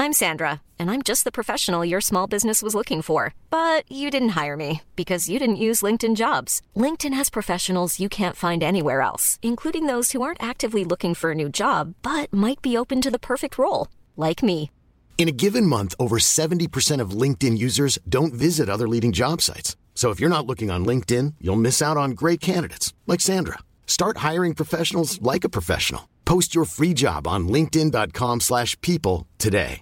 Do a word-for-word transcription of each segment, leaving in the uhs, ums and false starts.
I'm Sandra, and I'm just the professional your small business was looking for. But you didn't hire me because you didn't use LinkedIn Jobs. LinkedIn has professionals you can't find anywhere else, including those who aren't actively looking for a new job, but might be open to the perfect role, like me. In a given month, over seventy percent of LinkedIn users don't visit other leading job sites. So if you're not looking on LinkedIn, you'll miss out on great candidates like Sandra. Start hiring professionals like a professional. Post your free job on linkedin dot com slash people today.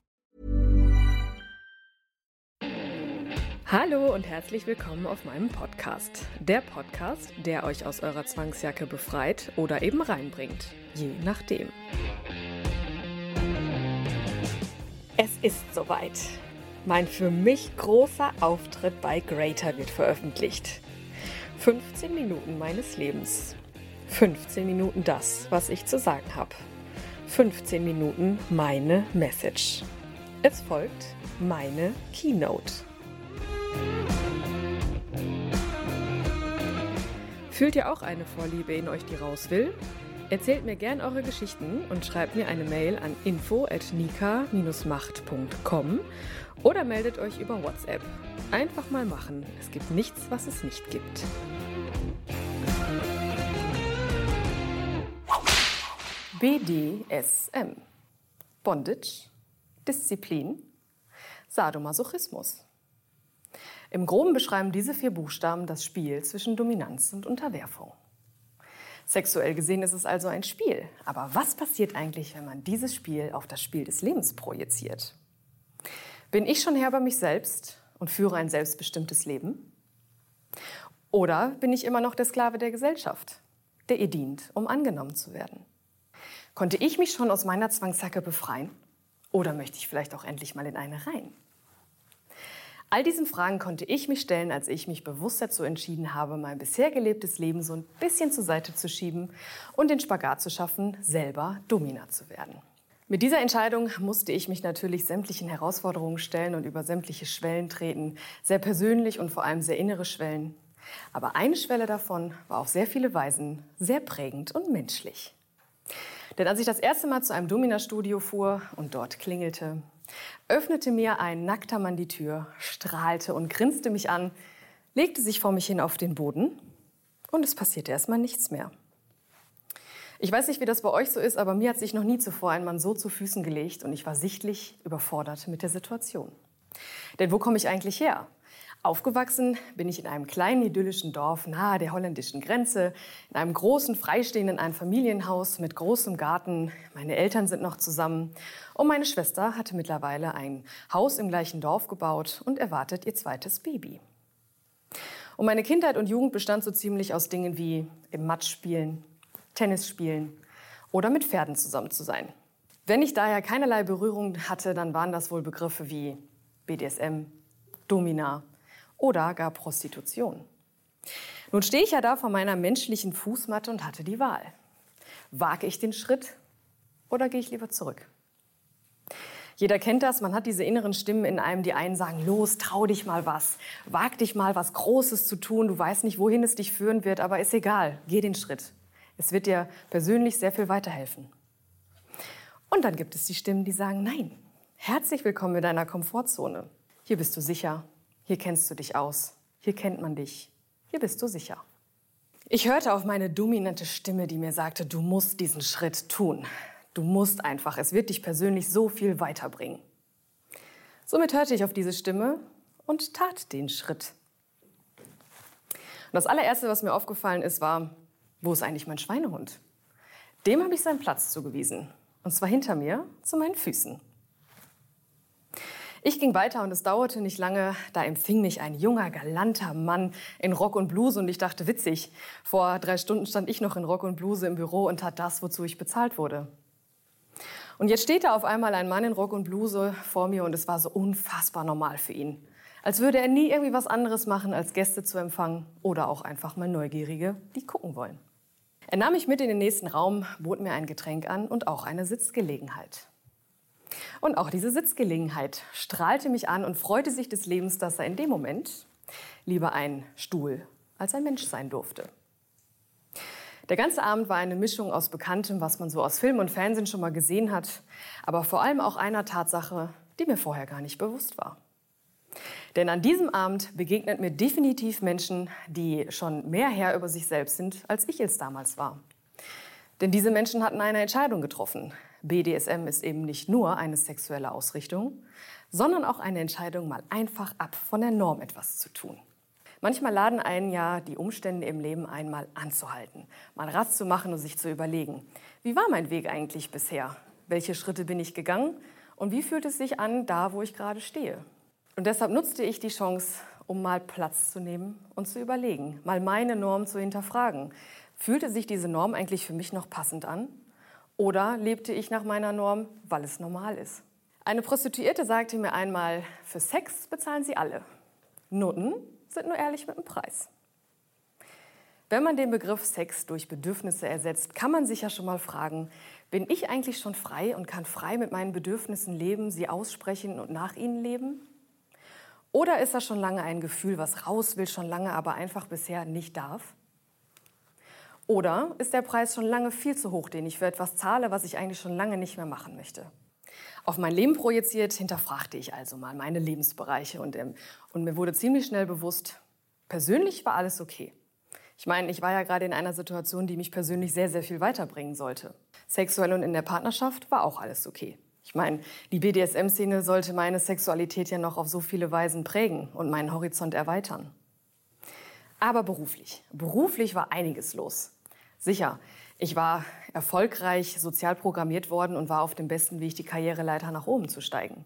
Hallo und herzlich willkommen auf meinem Podcast. Der Podcast, der euch aus eurer Zwangsjacke befreit oder eben reinbringt. Je nachdem. Es ist soweit. Mein für mich großer Auftritt bei Greater wird veröffentlicht. fünfzehn Minuten meines Lebens. fünfzehn Minuten das, was ich zu sagen habe. fünfzehn Minuten meine Message. Es folgt meine Keynote. Fühlt ihr auch eine Vorliebe in euch, die raus will? Erzählt mir gern eure Geschichten und schreibt mir eine Mail an info at nika dash macht punkt com oder meldet euch über WhatsApp. Einfach mal machen. Es gibt nichts, was es nicht gibt. B D S M. Bondage, Disziplin, Sadomasochismus. Im Groben beschreiben diese vier Buchstaben das Spiel zwischen Dominanz und Unterwerfung. Sexuell gesehen ist es also ein Spiel. Aber was passiert eigentlich, wenn man dieses Spiel auf das Spiel des Lebens projiziert? Bin ich schon Herr über mich selbst und führe ein selbstbestimmtes Leben? Oder bin ich immer noch der Sklave der Gesellschaft, der ihr dient, um angenommen zu werden? Konnte ich mich schon aus meiner Zwangsjacke befreien? Oder möchte ich vielleicht auch endlich mal in eine rein? All diesen Fragen konnte ich mich stellen, als ich mich bewusst dazu entschieden habe, mein bisher gelebtes Leben so ein bisschen zur Seite zu schieben und den Spagat zu schaffen, selber Domina zu werden. Mit dieser Entscheidung musste ich mich natürlich sämtlichen Herausforderungen stellen und über sämtliche Schwellen treten, sehr persönlich und vor allem sehr innere Schwellen. Aber eine Schwelle davon war auf sehr viele Weisen sehr prägend und menschlich. Denn als ich das erste Mal zu einem Domina-Studio fuhr und dort klingelte, öffnete mir ein nackter Mann die Tür, strahlte und grinste mich an, legte sich vor mich hin auf den Boden und es passierte erstmal nichts mehr. Ich weiß nicht, wie das bei euch so ist, aber mir hat sich noch nie zuvor ein Mann so zu Füßen gelegt und ich war sichtlich überfordert mit der Situation. Denn wo komme ich eigentlich her? Aufgewachsen bin ich in einem kleinen idyllischen Dorf nahe der holländischen Grenze, in einem großen, freistehenden Einfamilienhaus mit großem Garten. Meine Eltern sind noch zusammen und meine Schwester hatte mittlerweile ein Haus im gleichen Dorf gebaut und erwartet ihr zweites Baby. Und meine Kindheit und Jugend bestand so ziemlich aus Dingen wie im Matsch spielen, Tennis spielen oder mit Pferden zusammen zu sein. Wenn ich daher keinerlei Berührung hatte, dann waren das wohl Begriffe wie B D S M, Domina oder gar Prostitution. Nun stehe ich ja da vor meiner menschlichen Fußmatte und hatte die Wahl. Wage ich den Schritt oder gehe ich lieber zurück? Jeder kennt das, man hat diese inneren Stimmen in einem, die einen sagen, los, trau dich mal was, wag dich mal was Großes zu tun, du weißt nicht, wohin es dich führen wird, aber ist egal, geh den Schritt. Es wird dir persönlich sehr viel weiterhelfen. Und dann gibt es die Stimmen, die sagen, nein, herzlich willkommen in deiner Komfortzone. Hier bist du sicher. Hier kennst du dich aus, hier kennt man dich, hier bist du sicher. Ich hörte auf meine dominante Stimme, die mir sagte, du musst diesen Schritt tun. Du musst einfach, es wird dich persönlich so viel weiterbringen. Somit hörte ich auf diese Stimme und tat den Schritt. Und das allererste, was mir aufgefallen ist, war, wo ist eigentlich mein Schweinehund? Dem habe ich seinen Platz zugewiesen, und zwar hinter mir, zu meinen Füßen. Ich ging weiter und es dauerte nicht lange, da empfing mich ein junger, galanter Mann in Rock und Bluse und ich dachte, witzig, vor drei Stunden stand ich noch in Rock und Bluse im Büro und tat das, wozu ich bezahlt wurde. Und jetzt steht da auf einmal ein Mann in Rock und Bluse vor mir und es war so unfassbar normal für ihn. Als würde er nie irgendwie was anderes machen, als Gäste zu empfangen oder auch einfach mal Neugierige, die gucken wollen. Er nahm mich mit in den nächsten Raum, bot mir ein Getränk an und auch eine Sitzgelegenheit. Und auch diese Sitzgelegenheit strahlte mich an und freute sich des Lebens, dass er in dem Moment lieber ein Stuhl als ein Mensch sein durfte. Der ganze Abend war eine Mischung aus Bekanntem, was man so aus Film und Fernsehen schon mal gesehen hat, aber vor allem auch einer Tatsache, die mir vorher gar nicht bewusst war. Denn an diesem Abend begegnet mir definitiv Menschen, die schon mehr Herr über sich selbst sind, als ich es damals war. Denn diese Menschen hatten eine Entscheidung getroffen. B D S M ist eben nicht nur eine sexuelle Ausrichtung, sondern auch eine Entscheidung, mal einfach ab von der Norm etwas zu tun. Manchmal laden einen ja die Umstände im Leben einmal anzuhalten, mal Rast zu machen und sich zu überlegen, wie war mein Weg eigentlich bisher? Welche Schritte bin ich gegangen und wie fühlt es sich an, da wo ich gerade stehe? Und deshalb nutzte ich die Chance, um mal Platz zu nehmen und zu überlegen, mal meine Norm zu hinterfragen. Fühlte sich diese Norm eigentlich für mich noch passend an? Oder lebte ich nach meiner Norm, weil es normal ist? Eine Prostituierte sagte mir einmal, für Sex bezahlen sie alle. Noten sind nur ehrlich mit dem Preis. Wenn man den Begriff Sex durch Bedürfnisse ersetzt, kann man sich ja schon mal fragen, bin ich eigentlich schon frei und kann frei mit meinen Bedürfnissen leben, sie aussprechen und nach ihnen leben? Oder ist das schon lange ein Gefühl, was raus will, schon lange, aber einfach bisher nicht darf? Oder ist der Preis schon lange viel zu hoch, den ich für etwas zahle, was ich eigentlich schon lange nicht mehr machen möchte? Auf mein Leben projiziert, hinterfragte ich also mal meine Lebensbereiche und, ähm, und mir wurde ziemlich schnell bewusst, persönlich war alles okay. Ich meine, ich war ja gerade in einer Situation, die mich persönlich sehr, sehr viel weiterbringen sollte. Sexuell und in der Partnerschaft war auch alles okay. Ich meine, die B D S M-Szene sollte meine Sexualität ja noch auf so viele Weisen prägen und meinen Horizont erweitern. Aber beruflich. Beruflich war einiges los. Sicher, ich war erfolgreich sozial programmiert worden und war auf dem besten Weg, die Karriereleiter nach oben zu steigen.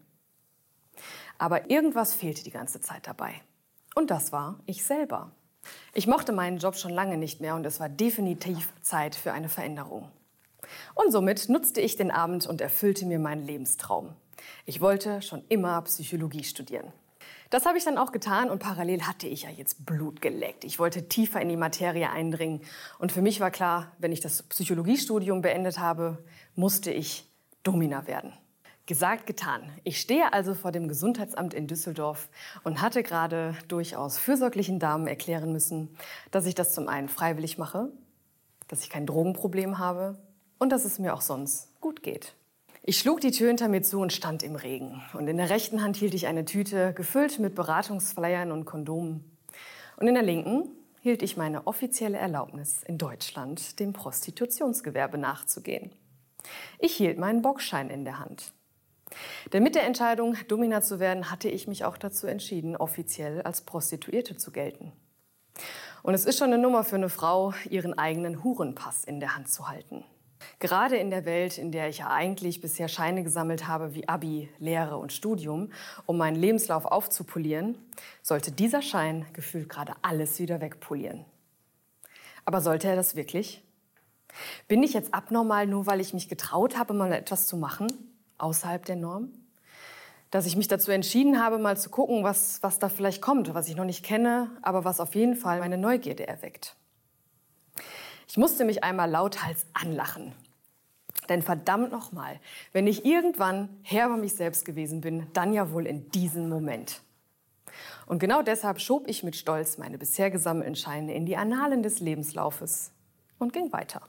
Aber irgendwas fehlte die ganze Zeit dabei. Und das war ich selber. Ich mochte meinen Job schon lange nicht mehr und es war definitiv Zeit für eine Veränderung. Und somit nutzte ich den Abend und erfüllte mir meinen Lebenstraum. Ich wollte schon immer Psychologie studieren. Das habe ich dann auch getan und parallel hatte ich ja jetzt Blut geleckt. Ich wollte tiefer in die Materie eindringen und für mich war klar, wenn ich das Psychologiestudium beendet habe, musste ich Domina werden. Gesagt, getan. Ich stehe also vor dem Gesundheitsamt in Düsseldorf und hatte gerade durchaus fürsorglichen Damen erklären müssen, dass ich das zum einen freiwillig mache, dass ich kein Drogenproblem habe und dass es mir auch sonst gut geht. Ich schlug die Tür hinter mir zu und stand im Regen. Und in der rechten Hand hielt ich eine Tüte, gefüllt mit Beratungsflyern und Kondomen. Und in der linken hielt ich meine offizielle Erlaubnis, in Deutschland dem Prostitutionsgewerbe nachzugehen. Ich hielt meinen Bockschein in der Hand. Denn mit der Entscheidung, Domina zu werden, hatte ich mich auch dazu entschieden, offiziell als Prostituierte zu gelten. Und es ist schon eine Nummer für eine Frau, ihren eigenen Hurenpass in der Hand zu halten. Gerade in der Welt, in der ich ja eigentlich bisher Scheine gesammelt habe wie Abi, Lehre und Studium, um meinen Lebenslauf aufzupolieren, sollte dieser Schein gefühlt gerade alles wieder wegpolieren. Aber sollte er das wirklich? Bin ich jetzt abnormal, nur weil ich mich getraut habe, mal etwas zu machen, außerhalb der Norm? Dass ich mich dazu entschieden habe, mal zu gucken, was, was da vielleicht kommt, was ich noch nicht kenne, aber was auf jeden Fall meine Neugierde erweckt. Ich musste mich einmal lauthals anlachen. Denn verdammt nochmal, wenn ich irgendwann Herr über mich selbst gewesen bin, dann ja wohl in diesem Moment. Und genau deshalb schob ich mit Stolz meine bisher gesammelten Scheine in die Annalen des Lebenslaufes und ging weiter.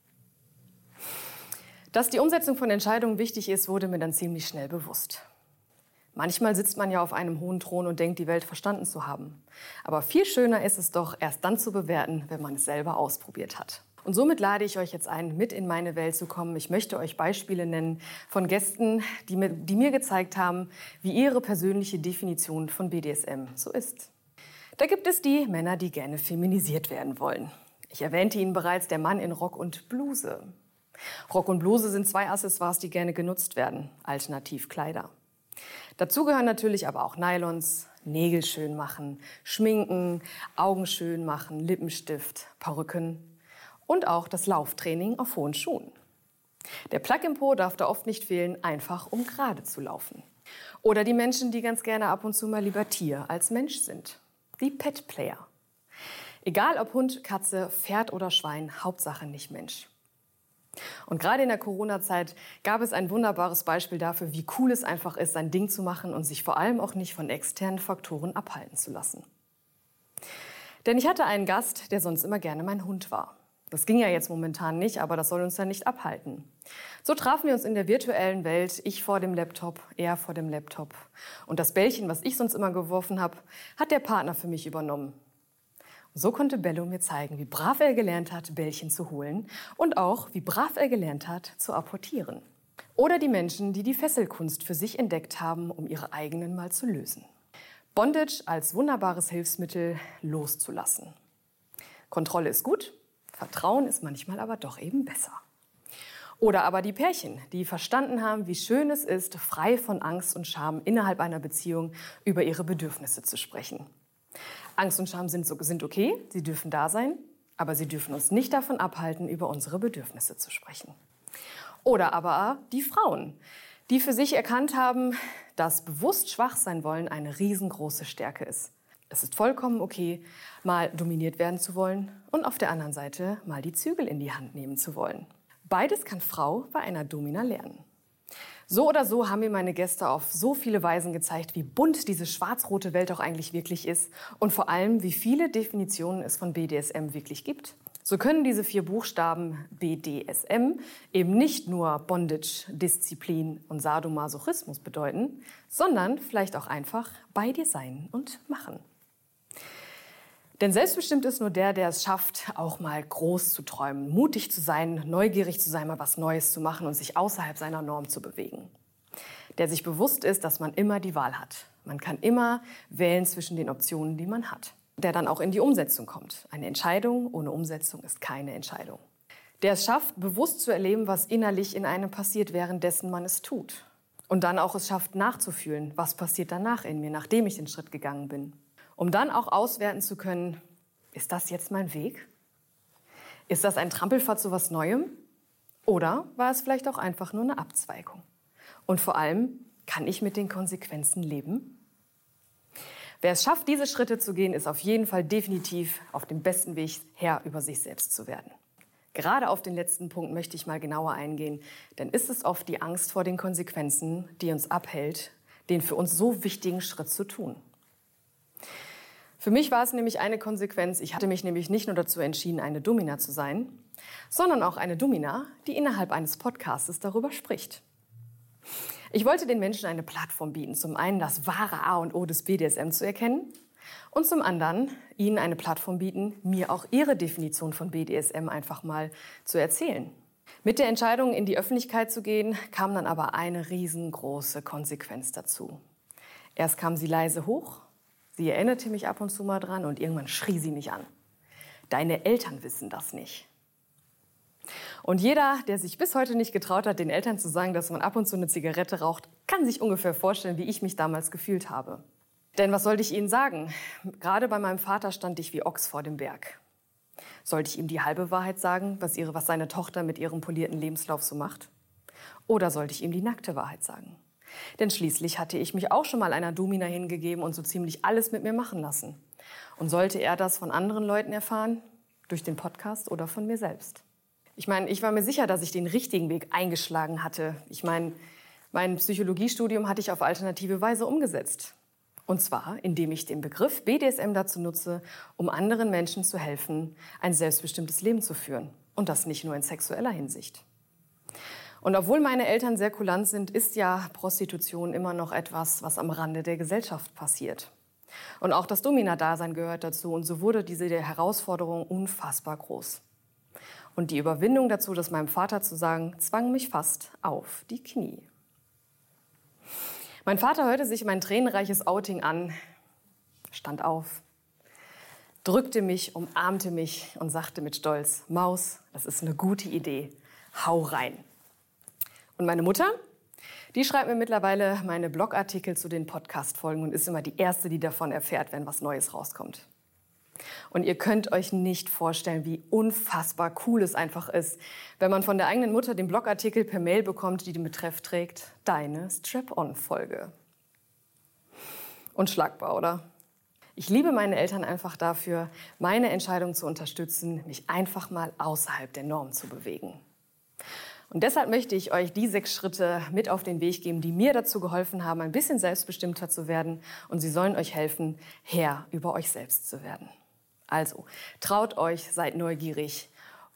Dass die Umsetzung von Entscheidungen wichtig ist, wurde mir dann ziemlich schnell bewusst. Manchmal sitzt man ja auf einem hohen Thron und denkt, die Welt verstanden zu haben. Aber viel schöner ist es doch, erst dann zu bewerten, wenn man es selber ausprobiert hat. Und somit lade ich euch jetzt ein, mit in meine Welt zu kommen. Ich möchte euch Beispiele nennen von Gästen, die mir, die mir gezeigt haben, wie ihre persönliche Definition von B D S M so ist. Da gibt es die Männer, die gerne feminisiert werden wollen. Ich erwähnte Ihnen bereits, der Mann in Rock und Bluse. Rock und Bluse sind zwei Accessoires, die gerne genutzt werden, alternativ Kleider. Dazu gehören natürlich aber auch Nylons, Nägel schön machen, Schminken, Augen schön machen, Lippenstift, Perücken und auch das Lauftraining auf hohen Schuhen. Der Plug im Po darf da oft nicht fehlen, einfach um gerade zu laufen. Oder die Menschen, die ganz gerne ab und zu mal lieber Tier als Mensch sind. Die Pet-Player. Egal ob Hund, Katze, Pferd oder Schwein, Hauptsache nicht Mensch. Und gerade in der Corona-Zeit gab es ein wunderbares Beispiel dafür, wie cool es einfach ist, sein Ding zu machen und sich vor allem auch nicht von externen Faktoren abhalten zu lassen. Denn ich hatte einen Gast, der sonst immer gerne mein Hund war. Das ging ja jetzt momentan nicht, aber das soll uns ja nicht abhalten. So trafen wir uns in der virtuellen Welt, ich vor dem Laptop, er vor dem Laptop. Und das Bällchen, was ich sonst immer geworfen habe, hat der Partner für mich übernommen. Und so konnte Bello mir zeigen, wie brav er gelernt hat, Bällchen zu holen und auch, wie brav er gelernt hat, zu apportieren. Oder die Menschen, die die Fesselkunst für sich entdeckt haben, um ihre eigenen mal zu lösen. Bondage als wunderbares Hilfsmittel loszulassen. Kontrolle ist gut, Vertrauen ist manchmal aber doch eben besser. Oder aber die Pärchen, die verstanden haben, wie schön es ist, frei von Angst und Scham innerhalb einer Beziehung über ihre Bedürfnisse zu sprechen. Angst und Scham sind, so, sind okay, sie dürfen da sein, aber sie dürfen uns nicht davon abhalten, über unsere Bedürfnisse zu sprechen. Oder aber die Frauen, die für sich erkannt haben, dass bewusst schwach sein wollen eine riesengroße Stärke ist. Es ist vollkommen okay, mal dominiert werden zu wollen und auf der anderen Seite mal die Zügel in die Hand nehmen zu wollen. Beides kann Frau bei einer Domina lernen. So oder so haben mir meine Gäste auf so viele Weisen gezeigt, wie bunt diese schwarz-rote Welt auch eigentlich wirklich ist und vor allem, wie viele Definitionen es von B D S M wirklich gibt. So können diese vier Buchstaben B D S M eben nicht nur Bondage, Disziplin und Sadomasochismus bedeuten, sondern vielleicht auch einfach bei dir sein und machen. Denn selbstbestimmt ist nur der, der es schafft, auch mal groß zu träumen, mutig zu sein, neugierig zu sein, mal was Neues zu machen und sich außerhalb seiner Norm zu bewegen. Der sich bewusst ist, dass man immer die Wahl hat. Man kann immer wählen zwischen den Optionen, die man hat. Der dann auch in die Umsetzung kommt. Eine Entscheidung ohne Umsetzung ist keine Entscheidung. Der es schafft, bewusst zu erleben, was innerlich in einem passiert, währenddessen man es tut. Und dann auch es schafft, nachzufühlen, was passiert danach in mir, nachdem ich den Schritt gegangen bin. Um dann auch auswerten zu können, ist das jetzt mein Weg? Ist das ein Trampelpfad zu was Neuem? Oder war es vielleicht auch einfach nur eine Abzweigung? Und vor allem, kann ich mit den Konsequenzen leben? Wer es schafft, diese Schritte zu gehen, ist auf jeden Fall definitiv auf dem besten Weg, Herr über sich selbst zu werden. Gerade auf den letzten Punkt möchte ich mal genauer eingehen, denn ist es oft die Angst vor den Konsequenzen, die uns abhält, den für uns so wichtigen Schritt zu tun. Für mich war es nämlich eine Konsequenz. Ich hatte mich nämlich nicht nur dazu entschieden, eine Domina zu sein, sondern auch eine Domina, die innerhalb eines Podcastes darüber spricht. Ich wollte den Menschen eine Plattform bieten, zum einen das wahre A und O des B D S M zu erkennen und zum anderen ihnen eine Plattform bieten, mir auch ihre Definition von B D S M einfach mal zu erzählen. Mit der Entscheidung, in die Öffentlichkeit zu gehen, kam dann aber eine riesengroße Konsequenz dazu. Erst kam sie leise hoch. Sie erinnerte mich ab und zu mal dran und irgendwann schrie sie mich an. Deine Eltern wissen das nicht. Und jeder, der sich bis heute nicht getraut hat, den Eltern zu sagen, dass man ab und zu eine Zigarette raucht, kann sich ungefähr vorstellen, wie ich mich damals gefühlt habe. Denn was sollte ich ihnen sagen? Gerade bei meinem Vater stand ich wie Ochs vor dem Berg. Sollte ich ihm die halbe Wahrheit sagen, was, ihre, was seine Tochter mit ihrem polierten Lebenslauf so macht? Oder sollte ich ihm die nackte Wahrheit sagen? Denn schließlich hatte ich mich auch schon mal einer Domina hingegeben und so ziemlich alles mit mir machen lassen. Und sollte er das von anderen Leuten erfahren, durch den Podcast oder von mir selbst? Ich meine, ich war mir sicher, dass ich den richtigen Weg eingeschlagen hatte. Ich meine, mein Psychologiestudium hatte ich auf alternative Weise umgesetzt. Und zwar, indem ich den Begriff B D S M dazu nutze, um anderen Menschen zu helfen, ein selbstbestimmtes Leben zu führen. Und das nicht nur in sexueller Hinsicht. Und obwohl meine Eltern sehr kulant sind, ist ja Prostitution immer noch etwas, was am Rande der Gesellschaft passiert. Und auch das Domina-Dasein gehört dazu. Und so wurde diese Herausforderung unfassbar groß. Und die Überwindung dazu, das meinem Vater zu sagen, zwang mich fast auf die Knie. Mein Vater hörte sich mein tränenreiches Outing an, stand auf, drückte mich, umarmte mich und sagte mit Stolz, Maus, das ist eine gute Idee, hau rein. Und meine Mutter, die schreibt mir mittlerweile meine Blogartikel zu den Podcast-Folgen und ist immer die Erste, die davon erfährt, wenn was Neues rauskommt. Und ihr könnt euch nicht vorstellen, wie unfassbar cool es einfach ist, wenn man von der eigenen Mutter den Blogartikel per Mail bekommt, die den Betreff trägt, deine Strap-on-Folge. Unschlagbar, oder? Ich liebe meine Eltern einfach dafür, meine Entscheidung zu unterstützen, mich einfach mal außerhalb der Norm zu bewegen. Und deshalb möchte ich euch die sechs Schritte mit auf den Weg geben, die mir dazu geholfen haben, ein bisschen selbstbestimmter zu werden. Und sie sollen euch helfen, Herr über euch selbst zu werden. Also, traut euch, seid neugierig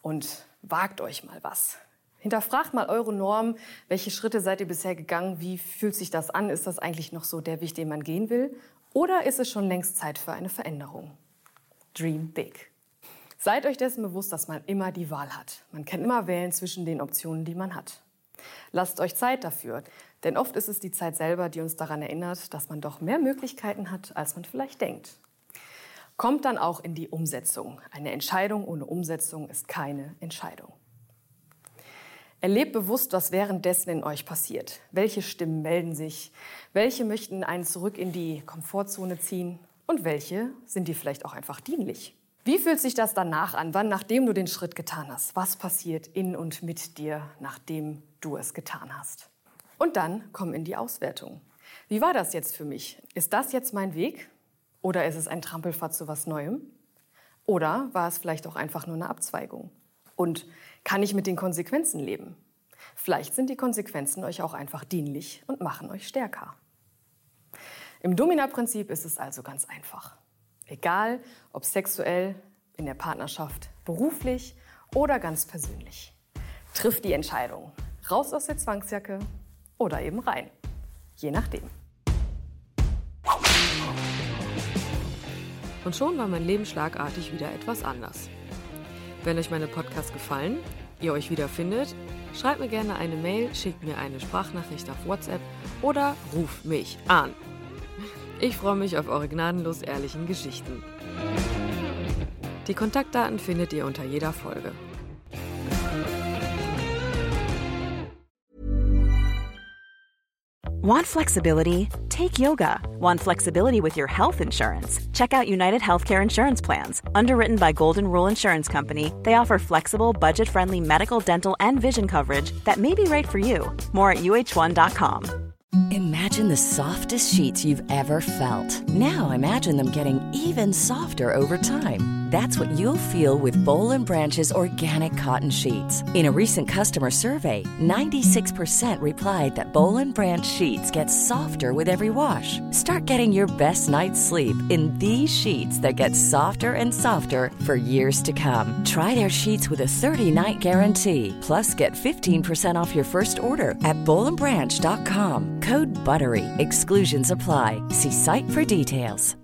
und wagt euch mal was. Hinterfragt mal eure Normen. Welche Schritte seid ihr bisher gegangen? Wie fühlt sich das an? Ist das eigentlich noch so der Weg, den man gehen will? Oder ist es schon längst Zeit für eine Veränderung? Dream big. Seid euch dessen bewusst, dass man immer die Wahl hat. Man kann immer wählen zwischen den Optionen, die man hat. Lasst euch Zeit dafür, denn oft ist es die Zeit selber, die uns daran erinnert, dass man doch mehr Möglichkeiten hat, als man vielleicht denkt. Kommt dann auch in die Umsetzung. Eine Entscheidung ohne Umsetzung ist keine Entscheidung. Erlebt bewusst, was währenddessen in euch passiert. Welche Stimmen melden sich? Welche möchten einen zurück in die Komfortzone ziehen? Und welche sind dir vielleicht auch einfach dienlich? Wie fühlt sich das danach an? Wann, nachdem du den Schritt getan hast? Was passiert in und mit dir, nachdem du es getan hast? Und dann komm in die Auswertung. Wie war das jetzt für mich? Ist das jetzt mein Weg? Oder ist es ein Trampelpfad zu was Neuem? Oder war es vielleicht auch einfach nur eine Abzweigung? Und kann ich mit den Konsequenzen leben? Vielleicht sind die Konsequenzen euch auch einfach dienlich und machen euch stärker. Im Domina-Prinzip ist es also ganz einfach. Egal, ob sexuell, in der Partnerschaft, beruflich oder ganz persönlich. Trifft die Entscheidung. Raus aus der Zwangsjacke oder eben rein. Je nachdem. Und schon war mein Leben schlagartig wieder etwas anders. Wenn euch meine Podcasts gefallen, ihr euch wiederfindet, schreibt mir gerne eine Mail, schickt mir eine Sprachnachricht auf WhatsApp oder ruft mich an. Ich freue mich auf eure gnadenlos ehrlichen Geschichten. Die Kontaktdaten findet ihr unter jeder Folge. Want flexibility? Take yoga. Want flexibility with your health insurance? Check out United Healthcare Insurance Plans. Underwritten by Golden Rule Insurance Company, they offer flexible, budget-friendly medical, dental, and vision coverage that may be right for you. More at U H one dot com. Imagine the softest sheets you've ever felt. Now imagine them getting even softer over time. That's what you'll feel with Boll and Branch's organic cotton sheets. In a recent customer survey, ninety-six percent replied that Boll and Branch sheets get softer with every wash. Start getting your best night's sleep in these sheets that get softer and softer for years to come. Try their sheets with a thirty-night guarantee. Plus, get fifteen percent off your first order at boll and branch dot com. Code BUTTERY. Exclusions apply. See site for details.